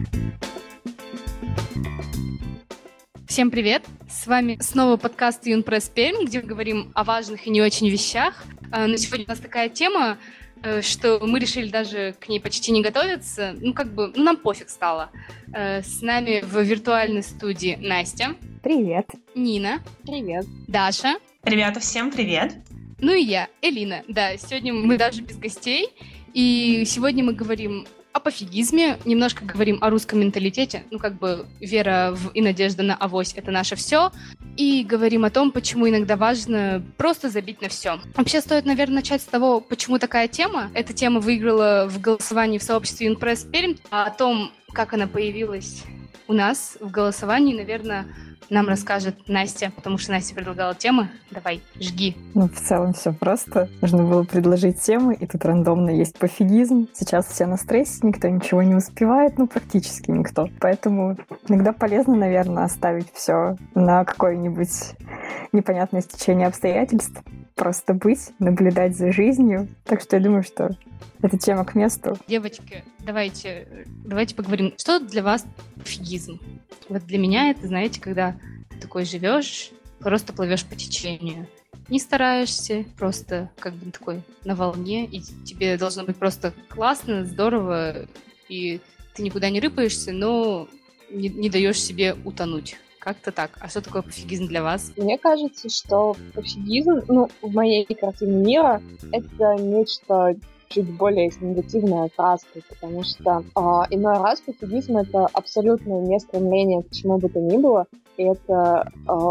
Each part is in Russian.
Всем привет! С вами снова подкаст Юнпресс Пермь, где мы говорим о важных и не очень вещах. Но сегодня у нас такая тема, что мы решили даже к ней почти не готовиться. Нам пофиг стало. С нами в виртуальной студии Настя. Привет. Нина. Привет. Даша. Ребята, всем привет. Ну и я, Элина. Да, сегодня мы даже без гостей. И сегодня мы говорим о пофигизме, немножко говорим о русском менталитете, вера и надежда на авось — это наше все, и говорим о том, почему иногда важно просто забить на все. Вообще стоит, наверное, начать с того, почему такая тема. Эта тема выиграла в голосовании в сообществе Юнпресс Пермь, а о том, как она появилась у нас в голосовании, наверное, нам расскажет Настя, потому что Настя предлагала темы. Давай, жги. В целом все просто. Нужно было предложить темы, и тут рандомно есть пофигизм. Сейчас все на стрессе, никто ничего не успевает, практически никто. Поэтому иногда полезно, наверное, оставить все на какое-нибудь непонятное стечение обстоятельств. Просто быть, наблюдать за жизнью. Так что я думаю, что эта тема к месту. Девочки, давайте поговорим. Что для вас пофигизм? Вот для меня это, знаете, когда ты такой живешь, просто плывешь по течению. Не стараешься, просто такой на волне, и тебе должно быть просто классно, здорово, и ты никуда не рыпаешься, но не даешь себе утонуть. Как-то так. А что такое пофигизм для вас? Мне кажется, что пофигизм, в моей картине мира, это нечто чуть более с негативной окраской, потому что иной раз пофигизм — это абсолютное нестремление к чему бы то ни было, и это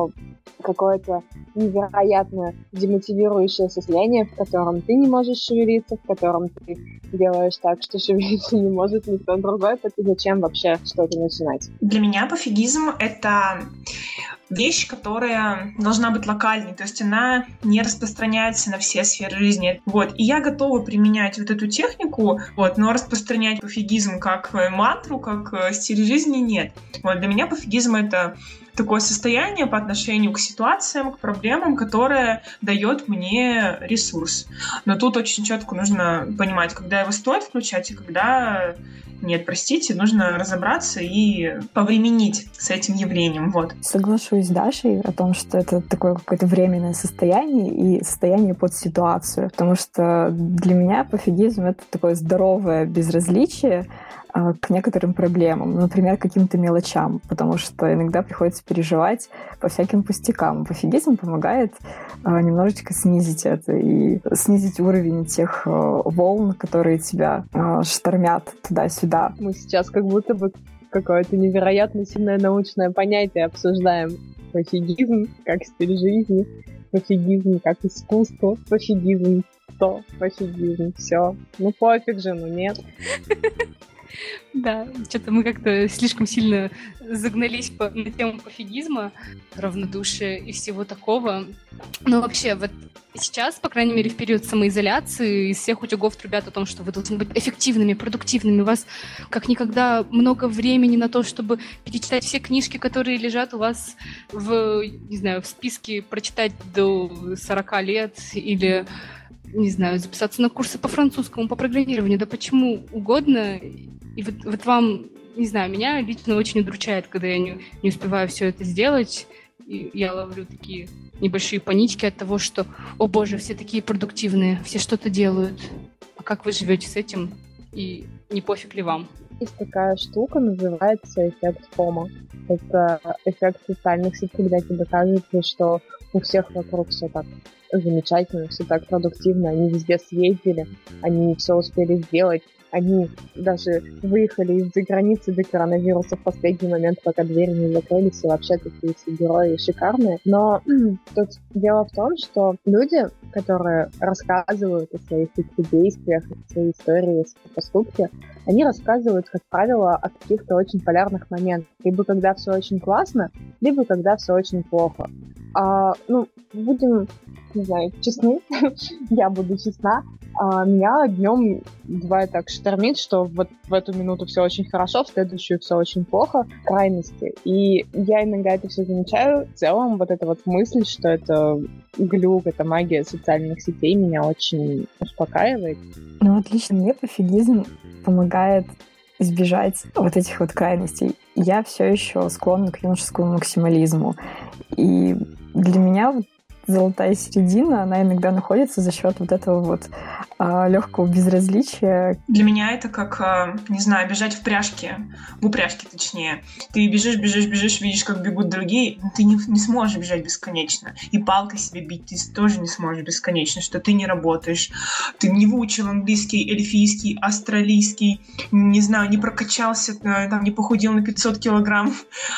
какое-то невероятно демотивирующее состояние, в котором ты не можешь шевелиться, в котором ты делаешь так, что шевелиться не может никто другой, то зачем вообще что-то начинать? Для меня пофигизм — это вещь, которая должна быть локальной, то есть она не распространяется на все сферы жизни. И я готова применять эту технику, но распространять пофигизм как мантру, как стиль жизни нет. Для меня пофигизм — это такое состояние по отношению к ситуациям, к проблемам, которое дает мне ресурс. Но тут очень четко нужно понимать, когда его стоит включать и когда нет, простите, нужно разобраться и повременить с этим явлением. Соглашусь с Дашей о том, что это такое какое-то временное состояние и состояние под ситуацию. Потому что для меня пофигизм — это такое здоровое безразличие к некоторым проблемам, например, к каким-то мелочам, потому что иногда приходится переживать по всяким пустякам. Пофигизм помогает немножечко снизить это и снизить уровень тех волн, которые тебя штормят туда-сюда. Мы сейчас как будто бы какое-то невероятно сильное научное понятие обсуждаем. Пофигизм как стиль жизни, пофигизм как искусство, пофигизм то, пофигизм все. Пофиг же, нет. Да, что-то мы как-то слишком сильно загнались на тему пофигизма, равнодушия и всего такого. Но вообще, сейчас, по крайней мере, в период самоизоляции из всех утюгов трубят о том, что вы должны быть эффективными, продуктивными. У вас как никогда много времени на то, чтобы перечитать все книжки, которые лежат у вас в списке, прочитать до 40 лет или записаться на курсы по французскому, по программированию, да почему угодно. И вам, меня лично очень удручает, когда я не успеваю все это сделать. И я ловлю такие небольшие панички от того, что, о боже, все такие продуктивные, все что-то делают. А как вы живете с этим? И не пофиг ли вам? Есть такая штука, называется эффект FOMO. Это эффект социальных сетей, когда тебе кажется, что у всех вокруг все так замечательно, все так продуктивно, они везде съездили, они все успели сделать, они даже выехали из-за границы до коронавируса в последний момент, пока двери не закрылись, и вообще такие все герои шикарные. Но тут дело в том, что люди, которые рассказывают о своих действиях, о своей истории, о своих поступках, они рассказывают, как правило, о каких-то очень полярных моментах. Либо когда все очень классно, либо когда все очень плохо. Будем, честны, я буду честна, меня днем бывает так штормит, что вот в эту минуту все очень хорошо, в следующую все очень плохо, крайности. И я иногда это все замечаю. В целом вот эта вот мысль, что это глюк, это магия социальных сетей, меня очень успокаивает. Отлично. Мне пофигизм помогает избежать вот этих вот крайностей. Я все еще склонна к юношескому максимализму. И для меня вот золотая середина, она иногда находится за счет вот этого вот легкого безразличия. Для меня это как, не знаю, бежать в упряжке точнее. Ты бежишь, видишь, как бегут другие, но ты не сможешь бежать бесконечно. И палкой себе бить ты тоже не сможешь бесконечно, что ты не работаешь. Ты не выучил английский, эльфийский, австралийский, не знаю, не прокачался, там, не похудел на 500 килограмм.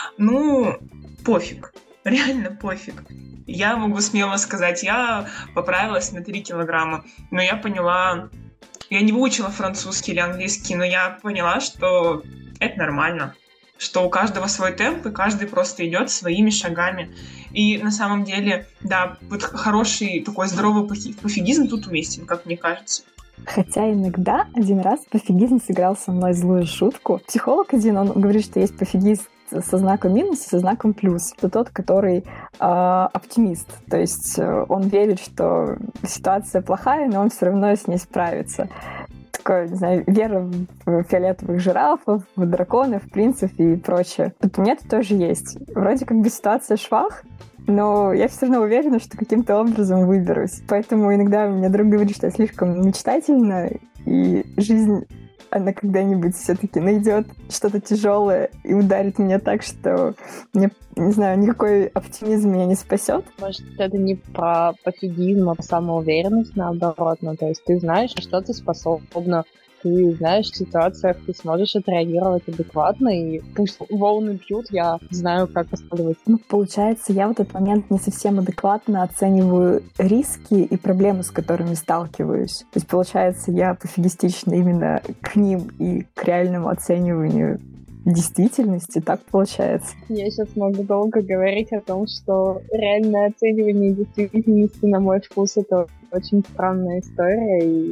Ну, пофиг. Реально пофиг. Я могу смело сказать, я поправилась на 3 килограмма, но я поняла, я не выучила французский или английский, но я поняла, что это нормально, что у каждого свой темп, и каждый просто идет своими шагами. И на самом деле, да, вот хороший такой здоровый пофигизм тут уместен, как мне кажется. Хотя иногда один раз пофигизм сыграл со мной злую шутку. Психолог один, он говорит, что есть пофигист со знаком минус и со знаком плюс. Это тот, который оптимист. То есть он верит, что ситуация плохая, но он все равно с ней справится. Такое, не знаю, вера в фиолетовых жирафов, в драконов, принцев и прочее. Вот у меня это тоже есть. Вроде как бы ситуация швах, но я все равно уверена, что каким-то образом выберусь. Поэтому иногда мне друг говорит, что я слишком мечтательна, и жизнь, она когда-нибудь все-таки найдет что-то тяжелое и ударит меня так, что, мне, не знаю, никакой оптимизм меня не спасет. Может, это не про пофигизм, а про самоуверенность, наоборот. Ну, то есть ты знаешь, что ты способна, ты знаешь, в ситуациях ты сможешь отреагировать адекватно, и пусть волны бьют, я знаю, как оставить. Ну, получается, я в этот момент не совсем адекватно оцениваю риски и проблемы, с которыми сталкиваюсь. То есть, получается, я пофигистична именно к ним и к реальному оцениванию действительности, так получается. Я сейчас могу долго говорить о том, что реальное оценивание действительности, на мой вкус, это очень странная история, и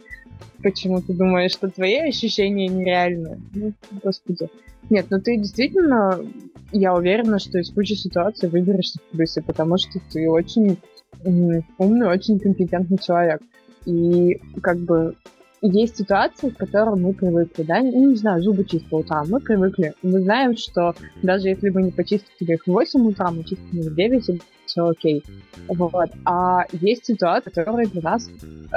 почему ты думаешь, что твои ощущения нереальны? Ну, господи. Нет, ну ты действительно, я уверена, что из кучи ситуаций выберешься в плюсе, потому что ты очень умный, очень компетентный человек. И как бы есть ситуации, к которым мы привыкли, да? Ну, не знаю, зубы чистить по утрам. Мы привыкли. Мы знаем, что даже если мы не почистили их в 8 утра, мы чистим их в 9, и все окей. Вот. А есть ситуации, которые для нас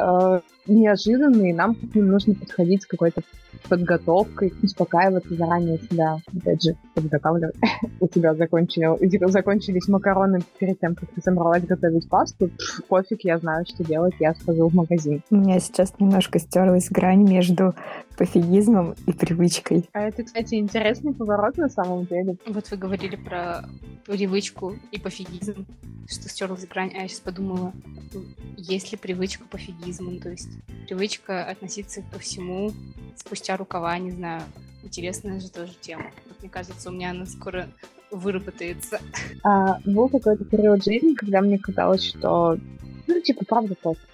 неожиданные, нам к ним нужно подходить с какой-то подготовкой, успокаиваться заранее себя, опять же, подготавливать. У тебя закончились макароны перед тем, как ты собралась готовить пасту. Пофиг, я знаю, что делать, я схожу в магазин. У меня сейчас немножко стерлась грань между пофигизмом и привычкой. А это, кстати, интересный поворот на самом деле. Вот вы говорили про привычку и пофигизм, что стерлась грань, а я сейчас подумала, есть ли привычка пофигизму, то есть привычка относиться ко всему спустя рукава, не знаю. Интересная же тоже тема. Вот, мне кажется, у меня она скоро выработается. Был какой-то период жизни, когда мне казалось, что, правда пофиг.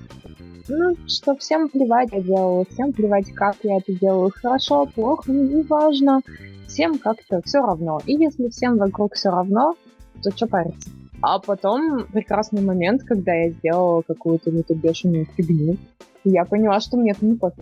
Что всем плевать я делала, всем плевать, как я это делаю, хорошо, плохо, неважно, всем как-то все равно. И если всем вокруг все равно, то что париться? А потом прекрасный момент, когда я сделала какую-то не ту бешеную фигню, и я поняла, что мне это не пофиг.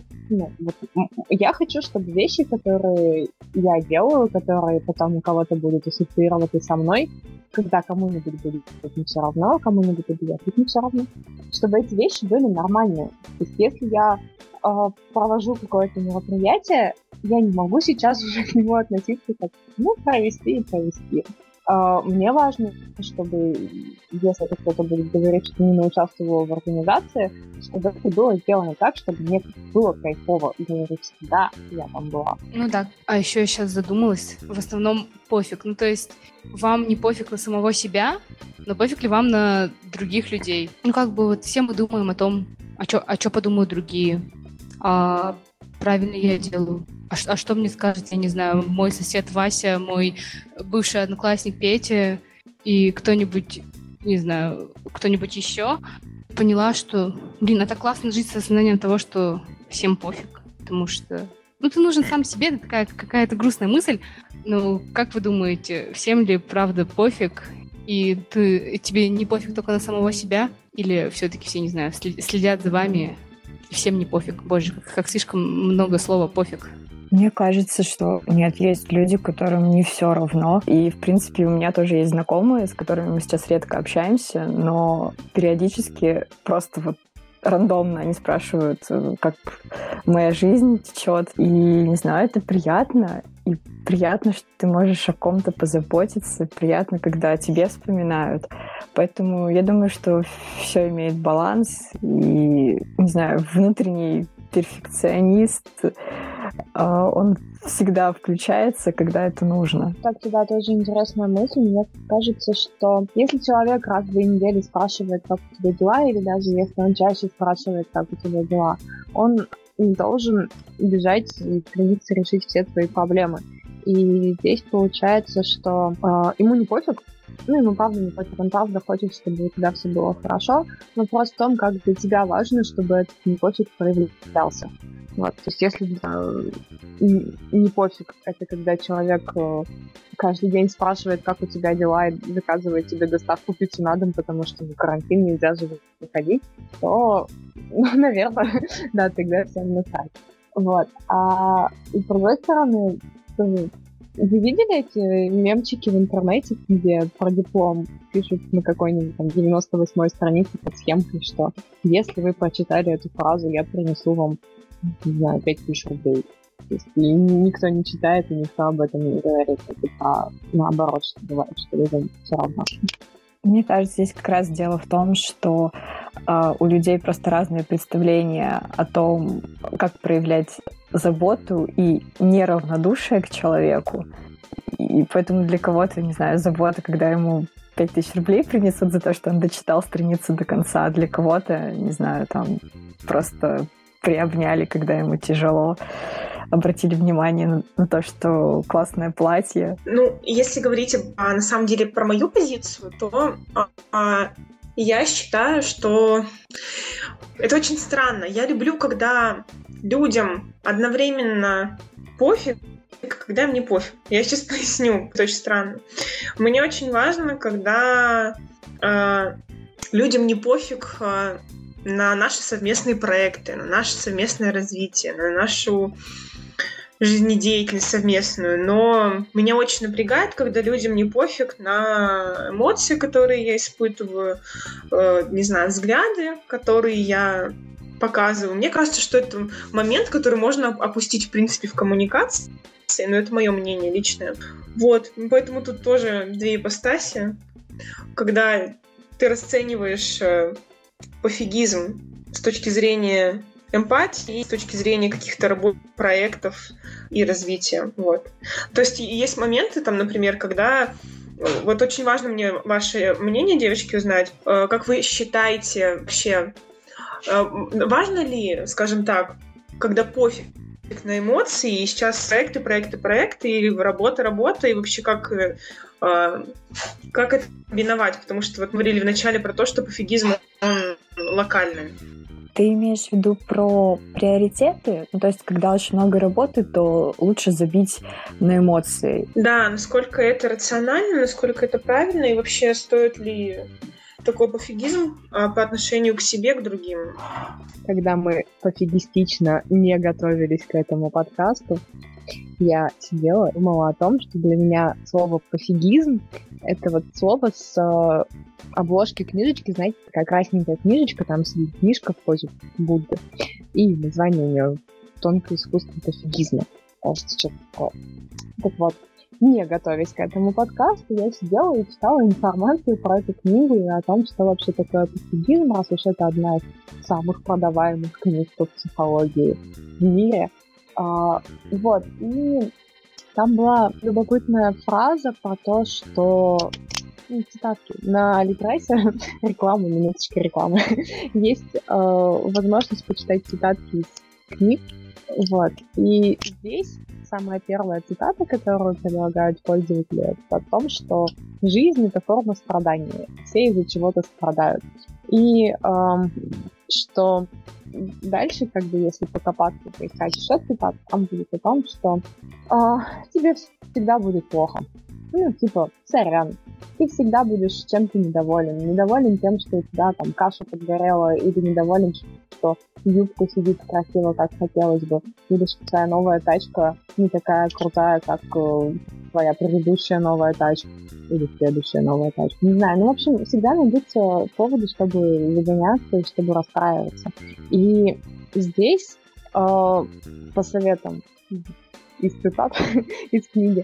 Я хочу, чтобы вещи, которые я делаю, которые потом у кого-то будут ассоциироваться со мной, когда кому-нибудь будет не все равно, кому-нибудь будет не все равно, чтобы эти вещи были нормальные. То есть если я провожу какое-то мероприятие, я не могу сейчас уже к нему относиться как, провести и провести. Мне важно, чтобы, если кто-то будет говорить, что не участвовала в организации, чтобы это было сделано так, чтобы мне было кайфово говорить, да, я там была. Ну да, а еще я сейчас задумалась, в основном пофиг. Ну то есть вам не пофиг на самого себя, но пофиг ли вам на других людей? Ну как бы вот все мы думаем о том, а что подумают другие, правильно я делаю. А что мне скажет, я не знаю, мой сосед Вася, мой бывший одноклассник Петя и кто-нибудь, не знаю, кто-нибудь еще. Поняла, что, это классно жить с осознанием того, что всем пофиг, потому что, ты нужен сам себе, это такая какая-то грустная мысль. Но как вы думаете, всем ли правда пофиг? И тебе не пофиг только на самого себя? Или все-таки все, не знаю, следят за вами, и всем не пофиг? Боже, как слишком много слова пофиг. Мне кажется, что нет, есть люди, которым не все равно. И, в принципе, у меня тоже есть знакомые, с которыми мы сейчас редко общаемся, но периодически просто вот рандомно они спрашивают, как моя жизнь течет. И, не знаю, это приятно. И приятно, что ты можешь о ком-то позаботиться. Приятно, когда о тебе вспоминают. Поэтому я думаю, что все имеет баланс. И, не знаю, внутренний перфекционист, он всегда включается, когда это нужно. Так, да, тоже интересная мысль. Мне кажется, что если человек раз в 2 недели спрашивает, как у тебя дела, или даже если он чаще спрашивает, как у тебя дела, он не должен бежать и стремиться решить все твои проблемы. И здесь получается, что ему не пофиг, ему правда не пофиг, он правда хочет, чтобы у тебя все было хорошо, но вопрос в том, как для тебя важно, чтобы этот не пофиг проявлялся. Вот, то есть если не пофиг, это когда человек каждый день спрашивает, как у тебя дела, и заказывает тебе доставку пиццы на дом, потому что карантин, нельзя же выходить, то, наверное, да, тогда всем насрать. Вот. А с другой стороны, вы видели эти мемчики в интернете, где про диплом пишут на какой-нибудь там 98-й странице под схемкой, что если вы прочитали эту фразу, я принесу вам, не знаю, 5000 рублей. То есть и никто не читает, и никто об этом не говорит. А наоборот, что бывает, что людям все равно. Мне кажется, здесь как раз дело в том, что у людей просто разные представления о том, как проявлять заботу и неравнодушие к человеку. И поэтому для кого-то, не знаю, забота, когда ему 5000 рублей принесут за то, что он дочитал страницу до конца, а для кого-то, не знаю, там просто приобняли, когда ему тяжело, обратили внимание на то, что классное платье. Ну, если говорить на самом деле про мою позицию, то я считаю, что это очень странно. Я люблю, когда людям одновременно пофиг, когда им не пофиг. Я сейчас поясню, это очень странно. Мне очень важно, когда людям не пофиг на наши совместные проекты, на наше совместное развитие, на нашу жизнедеятельность совместную. Но меня очень напрягает, когда людям не пофиг на эмоции, которые я испытываю, не знаю, взгляды, которые я показываю. Мне кажется, что это момент, который можно опустить, в принципе, в коммуникации, но это мое мнение личное. Вот, поэтому тут тоже две ипостаси. Когда ты расцениваешь пофигизм с точки зрения эмпатии и с точки зрения каких-то проектов и развития. Вот. То есть есть моменты, там, например, когда... Вот очень важно мне ваше мнение, девочки, узнать. Как вы считаете вообще, важно ли, скажем так, когда пофиг на эмоции, и сейчас проекты, и работа, и вообще как это комбиновать? Потому что вот мы говорили вначале про то, что пофигизм, он локальный. Ты имеешь в виду про приоритеты? Ну, то есть, когда очень много работы, то лучше забить на эмоции. Да, насколько это рационально, насколько это правильно, и вообще стоит ли такой пофигизм по отношению к себе, к другим? Когда мы пофигистично не готовились к этому подкасту, я сидела и думала о том, что для меня слово «пофигизм» — это вот слово с обложки книжечки, знаете, такая красненькая книжечка, там сидит книжка в позе Будды, и название у нее «Тонкое искусство пофигизма». Кажется, что-то такое. Так вот, не готовясь к этому подкасту, я сидела и читала информацию про эту книгу и о том, что вообще такое пофигизм, раз уж это одна из самых продаваемых книг по психологии в мире. Вот, и там была любопытная фраза про то, что цитатки. На Литресе рекламу, минуточка рекламы, есть возможность почитать цитатки из книг. Вот. И здесь самая первая цитата, которую предлагают пользователи, это о том, что жизнь — это форма страдания. Все из-за чего-то страдают. И что дальше, как бы, если покопаться, поискать еще цитат, там будет о том, что тебе всегда будет плохо. ну, типа, сорян, ты всегда будешь чем-то недоволен. Недоволен тем, что у тебя там каша подгорела, или недоволен, что юбка сидит красиво, как хотелось бы. Или что твоя новая тачка не такая крутая, как твоя предыдущая новая тачка. Или следующая новая тачка. Не знаю. Ну, в общем, всегда найдутся поводы, чтобы загоняться и чтобы расстраиваться. И здесь по советам из цитат, из книги,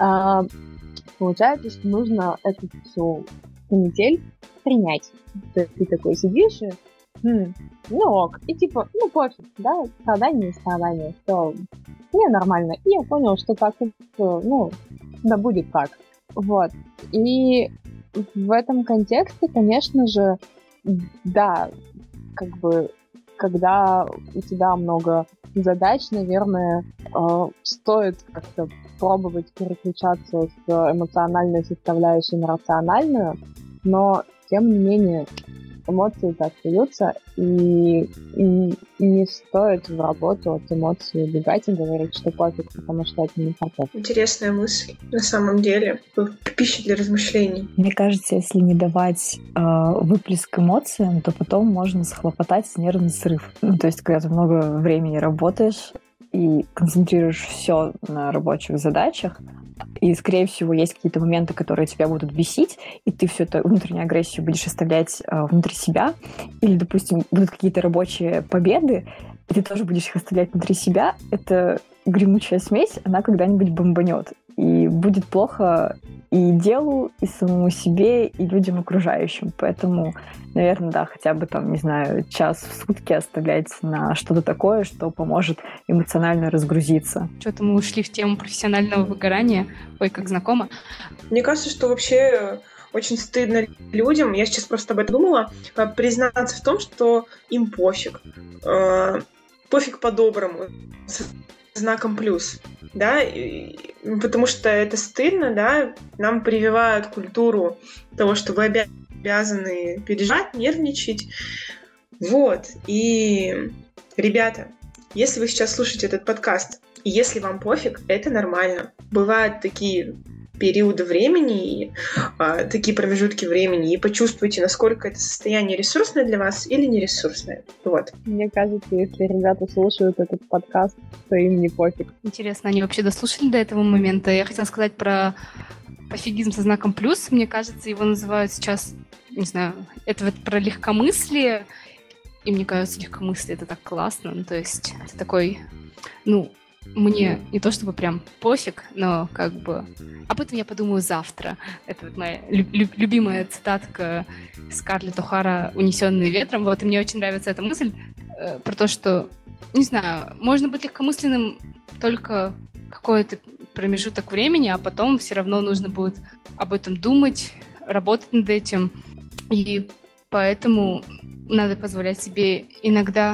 получается, что нужно эту всю канитель принять. Ты такой сидишь и ну ок. И типа, ну пофиг, да, страдание, все, мне нормально. И я понял, что так, ну, да будет так. Вот. И в этом контексте, конечно же, да, как бы, когда у тебя много задач, наверное, стоит как-то пробовать переключаться с эмоциональной составляющей на рациональную, но, тем не менее, эмоции-то остаются, и не стоит в работу от эмоций убегать и говорить, что пофиг, потому что это не пофиг. Интересная мысль, на самом деле. Пища для размышлений. Мне кажется, если не давать выплеск эмоциям, то потом можно схлопотать нервный срыв. Ну, то есть, когда ты много времени работаешь и концентрируешь все на рабочих задачах, и, скорее всего, есть какие-то моменты, которые тебя будут бесить, и ты всю эту внутреннюю агрессию будешь оставлять внутри себя. Или, допустим, будут какие-то рабочие победы, и ты тоже будешь их оставлять внутри себя. Это гремучая смесь, она когда-нибудь бомбанет. И будет плохо и делу, и самому себе, и людям окружающим. Поэтому, наверное, да, хотя бы там, не знаю, час в сутки оставлять на что-то такое, что поможет эмоционально разгрузиться. Что-то мы ушли в тему профессионального выгорания. Ой, как знакомо. Мне кажется, что вообще очень стыдно людям, я сейчас просто об этом думала, признаться в том, что им пофиг. Пофиг по-доброму, с знаком плюс. Да, потому что это стыдно, да, нам прививают культуру того, что вы обязаны переживать, нервничать. Вот, и, ребята, если вы сейчас слушаете этот подкаст, и если вам пофиг, это нормально. Бывают такие периоды времени, и, такие промежутки времени, и почувствуйте, насколько это состояние ресурсное для вас или нересурсное. Вот. Мне кажется, если ребята слушают этот подкаст, то им не пофиг. Интересно, они вообще дослушали до этого момента? Я хотела сказать про пофигизм со знаком плюс. Мне кажется, его называют сейчас, не знаю, это вот про легкомыслие. И мне кажется, легкомыслие — это так классно. Ну, то есть это такой, ну, мне не то чтобы прям пофиг, но как бы об этом я подумаю завтра. Это вот моя любимая цитатка Скарлетт О'Хара «Унесённые ветром». Вот, и мне очень нравится эта мысль про то, что, не знаю, можно быть легкомысленным только какой-то промежуток времени, а потом все равно нужно будет об этом думать, работать над этим. И поэтому надо позволять себе иногда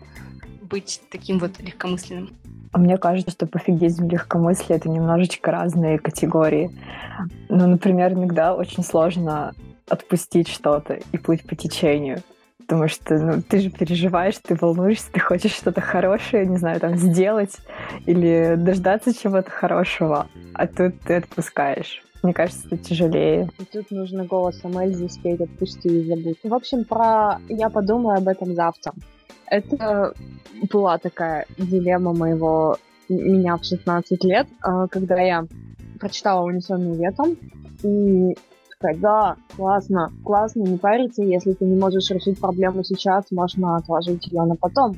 быть таким вот легкомысленным. А мне кажется, что пофигизм и легкомыслие — это немножечко разные категории. Ну, например, иногда очень сложно отпустить что-то и плыть по течению. Потому что ну, ты же переживаешь, ты волнуешься, ты хочешь что-то хорошее, не знаю, там, сделать или дождаться чего-то хорошего, а тут ты отпускаешь. Мне кажется, это тяжелее. И тут нужно голосом Эльзы спеть «Отпусти и забудь». В общем, я подумаю об этом завтра. Это была такая дилемма меня в 16 лет, когда я прочитала «Унесённые ветром», и такая: да, классно, не париться, если ты не можешь решить проблему сейчас, можно отложить ее на потом.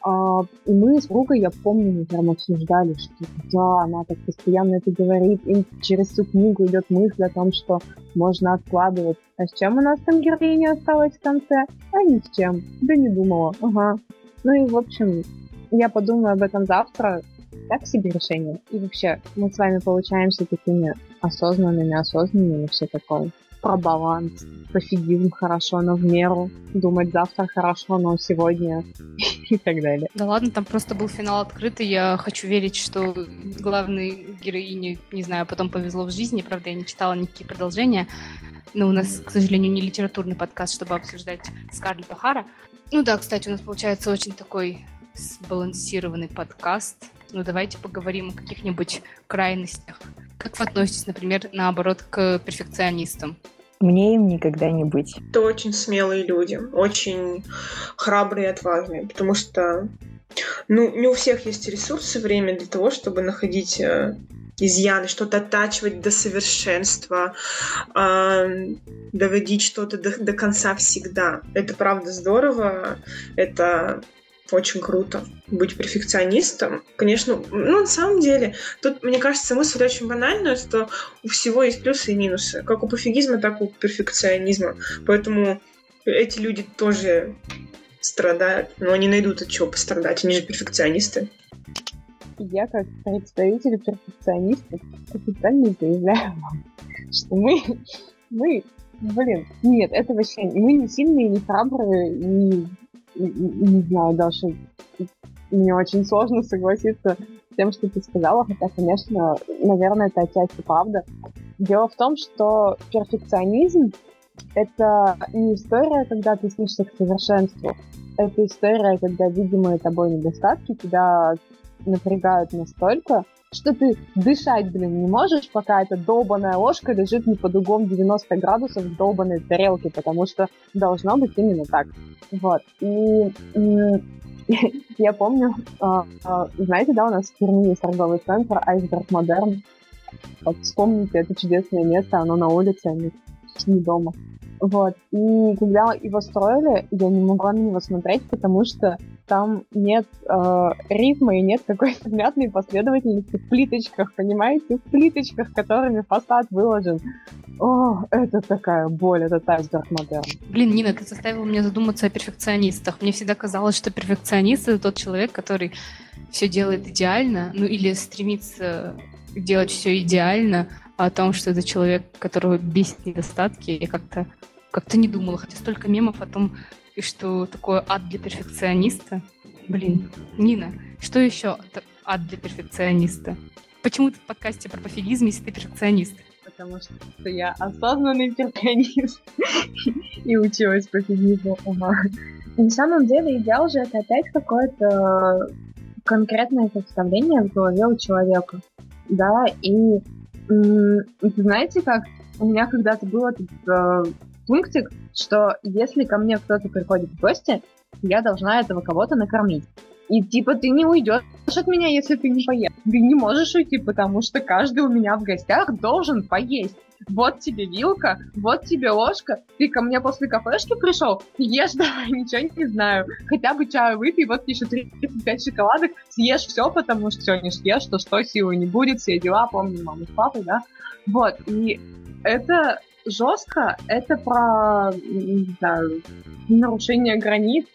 И мы с Рукой, я помню, мы прям обсуждали, что да, она так постоянно это говорит, и через всю книгу идет мысль о том, что можно откладывать. А с чем у нас там героиня осталась в конце? А ни с чем. Да не думала. Ага. Ну и, в общем, я подумаю об этом завтра. Так себе решение. И вообще, мы с вами получаемся такими осознанными, все такое. Про баланс. Пофигизм хорошо, но в меру. Думать завтра хорошо, но сегодня и так далее. Да ладно, там просто был финал открытый. Я хочу верить, что главной героине, не знаю, потом повезло в жизни. Правда, я не читала никакие продолжения. Но у нас, к сожалению, не литературный подкаст, чтобы обсуждать Скарлетт О'Хара. Ну да, кстати, у нас получается очень такой сбалансированный подкаст. Ну давайте поговорим о каких-нибудь крайностях. Как вы относитесь, например, наоборот, к перфекционистам? Мне им никогда не быть. Это очень смелые люди, очень храбрые и отважные, потому что не у всех есть ресурсы, время для того, чтобы находить изъяны, что-то оттачивать до совершенства, доводить что-то до конца всегда. Это правда здорово, это очень круто быть перфекционистом. Конечно, на самом деле, тут, мне кажется, мысль очень банальная, что у всего есть плюсы и минусы. Как у пофигизма, так и у перфекционизма. Поэтому эти люди тоже страдают, но они найдут от чего пострадать. Они же перфекционисты. Я, как представитель перфекционистов, официально заявляю вам, что нет, это вообще, мы не сильные, не храбрые, не знаю, Даша, мне очень сложно согласиться с тем, что ты сказала, хотя, конечно, наверное, это отчасти правда. Дело в том, что перфекционизм — это не история, когда ты стремишься к совершенству, это история, когда видимые тобой недостатки тебя напрягают настолько, что ты дышать, не можешь, пока эта долбаная ложка лежит не под углом 90 градусов в долбанной тарелке, потому что должно быть именно так. Вот. И я помню, знаете, да, у нас в Перми есть торговый центр Iceberg Modern. Вот, вспомните, это чудесное место, оно на улице, а не дома. Вот. И когда его строили, я не могла на него смотреть, потому что там нет ритма и нет какой-то внятной последовательности в плиточках, понимаете? В плиточках, которыми фасад выложен. О, это такая боль, это Iceberg Modern. Блин, Нина, ты заставила меня задуматься о перфекционистах. Мне всегда казалось, что перфекционист — это тот человек, который все делает идеально, или стремится делать все идеально, а о том, что это человек, которого бесит недостатки, я как-то не думала, хотя столько мемов о том, и что такое ад для перфекциониста. Блин, Нина, что еще ад для перфекциониста? Почему ты в подкасте про пофигизм, если ты перфекционист? Потому что я осознанный перфекционист и училась пофигизму. На самом деле идеал же это опять какое-то конкретное представление в голове у человека. Да, и знаете как, у меня когда-то был этот пунктик, что если ко мне кто-то приходит в гости, я должна этого кого-то накормить. И типа ты не уйдешь от меня, если ты не поешь. Ты не можешь уйти, потому что каждый у меня в гостях должен поесть. Вот тебе вилка, вот тебе ложка. Ты ко мне после кафешки пришел? Ешь давай, ничего не знаю. Хотя бы чаю выпей, вот еще 35 шоколадок. Съешь все, потому что все не съешь, то что силы не будет, все дела, помню маму с папой, да. Вот, и это жестко, это про, не знаю, нарушение границ.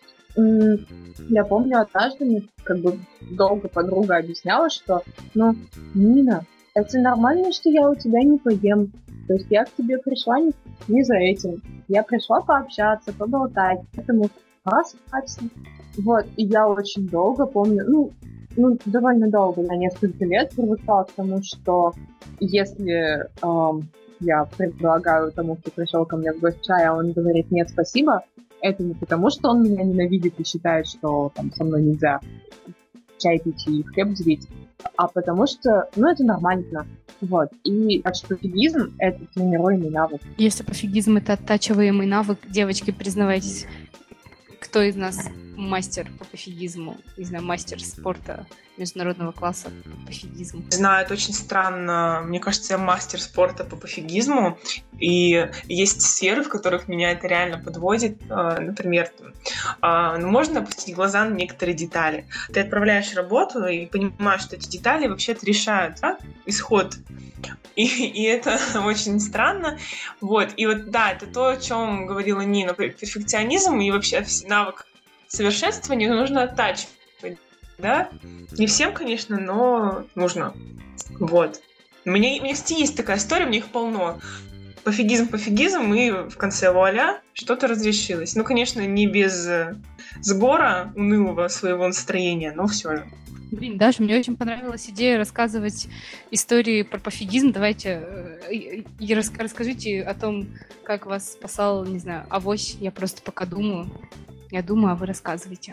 Я помню, однажды мне долго подруга объясняла, что, Нина, это нормально, что я у тебя не поем. То есть я к тебе пришла не за этим. Я пришла пообщаться, поболтать, поэтому расслабься. Вот, и я очень долго помню, довольно долго, на несколько лет привыкала к тому, что если я предлагаю тому, кто пришел ко мне в гости чай, а он говорит «нет, спасибо», это не потому, что он меня ненавидит и считает, что там со мной нельзя чай пить и хлеб делить, а потому что, это нормально. Вот. И так что пофигизм — это тренируемый навык. Если пофигизм — это оттачиваемый навык, девочки, признавайтесь, кто из нас мастер по пофигизму? Не знаю, мастер спорта международного класса по пофигизму. Знаю, это очень странно. Мне кажется, я мастер спорта по пофигизму. И есть сферы, в которых меня это реально подводит. Например, можно опустить глаза на некоторые детали. Ты отправляешь работу и понимаешь, что эти детали вообще-то решают исход. И это очень странно. Вот. И вот, да, это то, о чем говорила Нина. Перфекционизм и вообще навык совершенствования нужно оттачивать. Да? Не всем, конечно, но нужно. Вот. У меня, кстати, есть такая история, у меня их полно. Пофигизм, и в конце вуаля, что-то разрешилось. Конечно, не без сгора унылого своего настроения, но все же. Блин, Даша, мне очень понравилась идея рассказывать истории про пофигизм. Давайте расскажите о том, как вас спасал, не знаю, авось. Я просто пока думаю. Я думаю, а вы рассказывайте.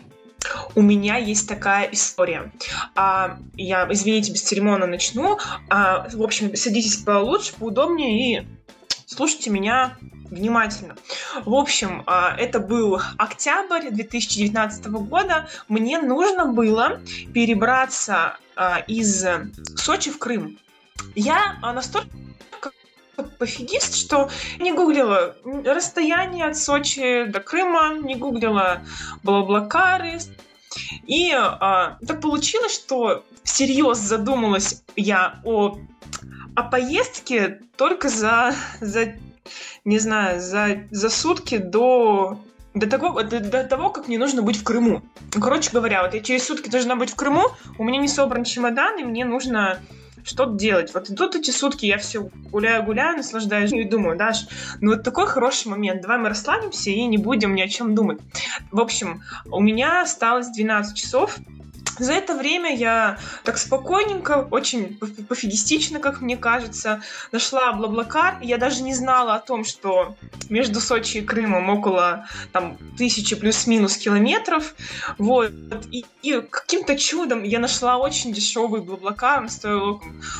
У меня есть такая история. Я, извините, бесцеремонно начну. В общем, садитесь получше, поудобнее и слушайте меня внимательно. В общем, это был октябрь 2019 года. Мне нужно было перебраться из Сочи в Крым. Я настолько пофигист, что не гуглила расстояние от Сочи до Крыма, не гуглила Блаблакары. И так получилось, что всерьез задумалась я о поездке только за сутки до того, как мне нужно быть в Крыму. Короче говоря, вот я через сутки должна быть в Крыму, у меня не собран чемодан, и мне нужно что-то делать. Вот идут эти сутки, я все гуляю, наслаждаюсь, и думаю, Даш, вот такой хороший момент, давай мы расслабимся и не будем ни о чем думать. В общем, у меня осталось 12 часов. За это время я так спокойненько, очень пофигистично, как мне кажется, нашла Блаблакар. Я даже не знала о том, что между Сочи и Крымом около 1000 плюс-минус километров. Вот. И каким-то чудом я нашла очень дешевый Блаблакар. Он стоил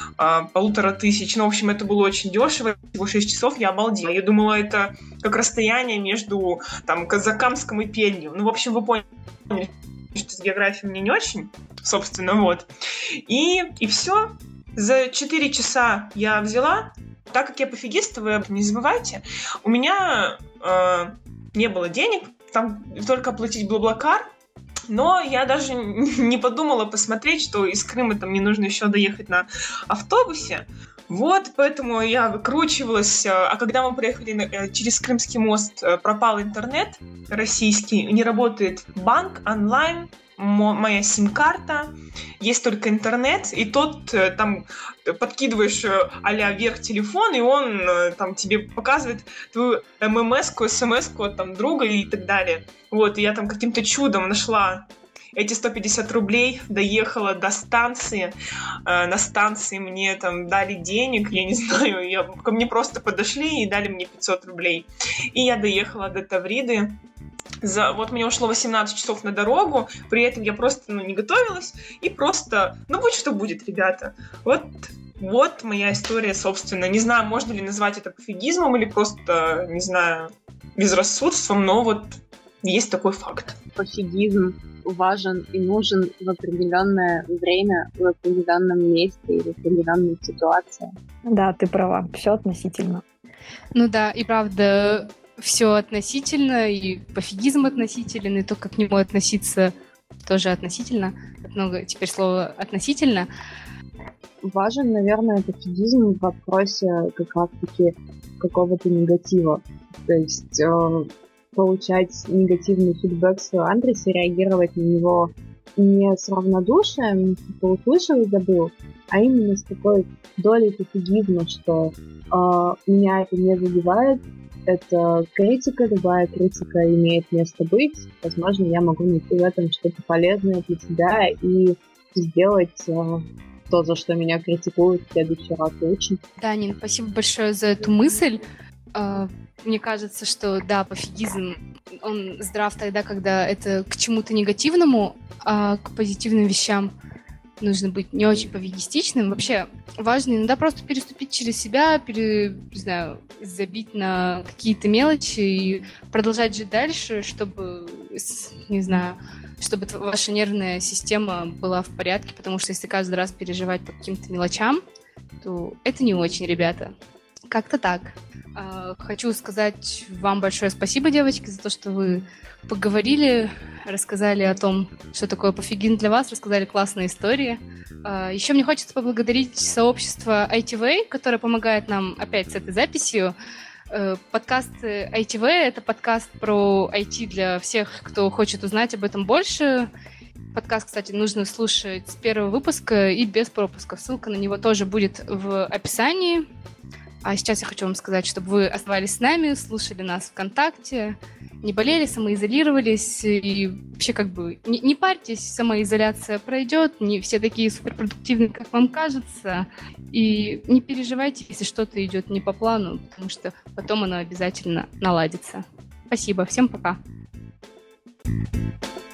1500. В общем, это было очень дешево. Всего 6 часов я обалдела. Я думала, это как расстояние между Казакамском и Пермью. В общем, вы поняли, что с географией мне не очень, собственно, вот. И все. За 4 часа я взяла. Так как я пофигист, вы не забывайте, у меня не было денег, там только оплатить Блаблакар, но я даже не подумала посмотреть, что из Крыма мне нужно еще доехать на автобусе. Вот, поэтому я выкручивалась. А когда мы приехали через Крымский мост, пропал интернет российский, не работает банк, онлайн, моя сим-карта, есть только интернет, и тот подкидываешь а-ля вверх телефон, и он тебе показывает твою ММС-ку, СМС-ку от друга и так далее. Вот, и я каким-то чудом нашла эти 150 рублей, доехала до станции. На станции мне дали денег, я не знаю, ко мне просто подошли и дали мне 500 рублей. И я доехала до Тавриды. Вот мне ушло 18 часов на дорогу, при этом я просто не готовилась, и просто, будь что будет, ребята. Вот моя история, собственно. Не знаю, можно ли назвать это пофигизмом или просто, не знаю, безрассудством, но есть такой факт. Пофигизм важен и нужен в определенное время, в определенном месте или в определенной ситуации. Да, ты права, все относительно. Ну да, и правда, все относительно, и пофигизм относителен, и то, как к нему относиться, тоже относительно. Много теперь слова «относительно». Важен, наверное, пофигизм в вопросе как раз-таки какого-то негатива. То есть получать негативный фидбэк в своем адресе, реагировать на него не с равнодушием, типа услышал и забыл, а именно с такой долей пофигизма, что меня это не задевает, это критика, любая критика имеет место быть, возможно, я могу найти в этом что-то полезное для себя и сделать то, за что меня критикуют, в следующий раз лучше. Да, Нин, спасибо большое за эту мысль. Мне кажется, что да, пофигизм, он здрав тогда, когда это к чему-то негативному, а к позитивным вещам нужно быть не очень пофигистичным. Вообще важно иногда просто переступить через себя, не знаю, забить на какие-то мелочи и продолжать жить дальше, чтобы, не знаю, чтобы ваша нервная система была в порядке, потому что если каждый раз переживать по каким-то мелочам, то это не очень, ребята. Как-то так. Хочу сказать вам большое спасибо, девочки, за то, что вы поговорили, рассказали о том, что такое пофигизм для вас, рассказали классные истории. Еще мне хочется поблагодарить сообщество ITV, которое помогает нам опять с этой записью. Подкаст ITV — это подкаст про IT для всех, кто хочет узнать об этом больше. Подкаст, кстати, нужно слушать с первого выпуска и без пропуска. Ссылка на него тоже будет в описании. А сейчас я хочу вам сказать, чтобы вы оставались с нами, слушали нас ВКонтакте, не болели, самоизолировались и вообще не парьтесь, самоизоляция пройдет, не все такие суперпродуктивные, как вам кажется, и не переживайте, если что-то идет не по плану, потому что потом оно обязательно наладится. Спасибо, всем пока.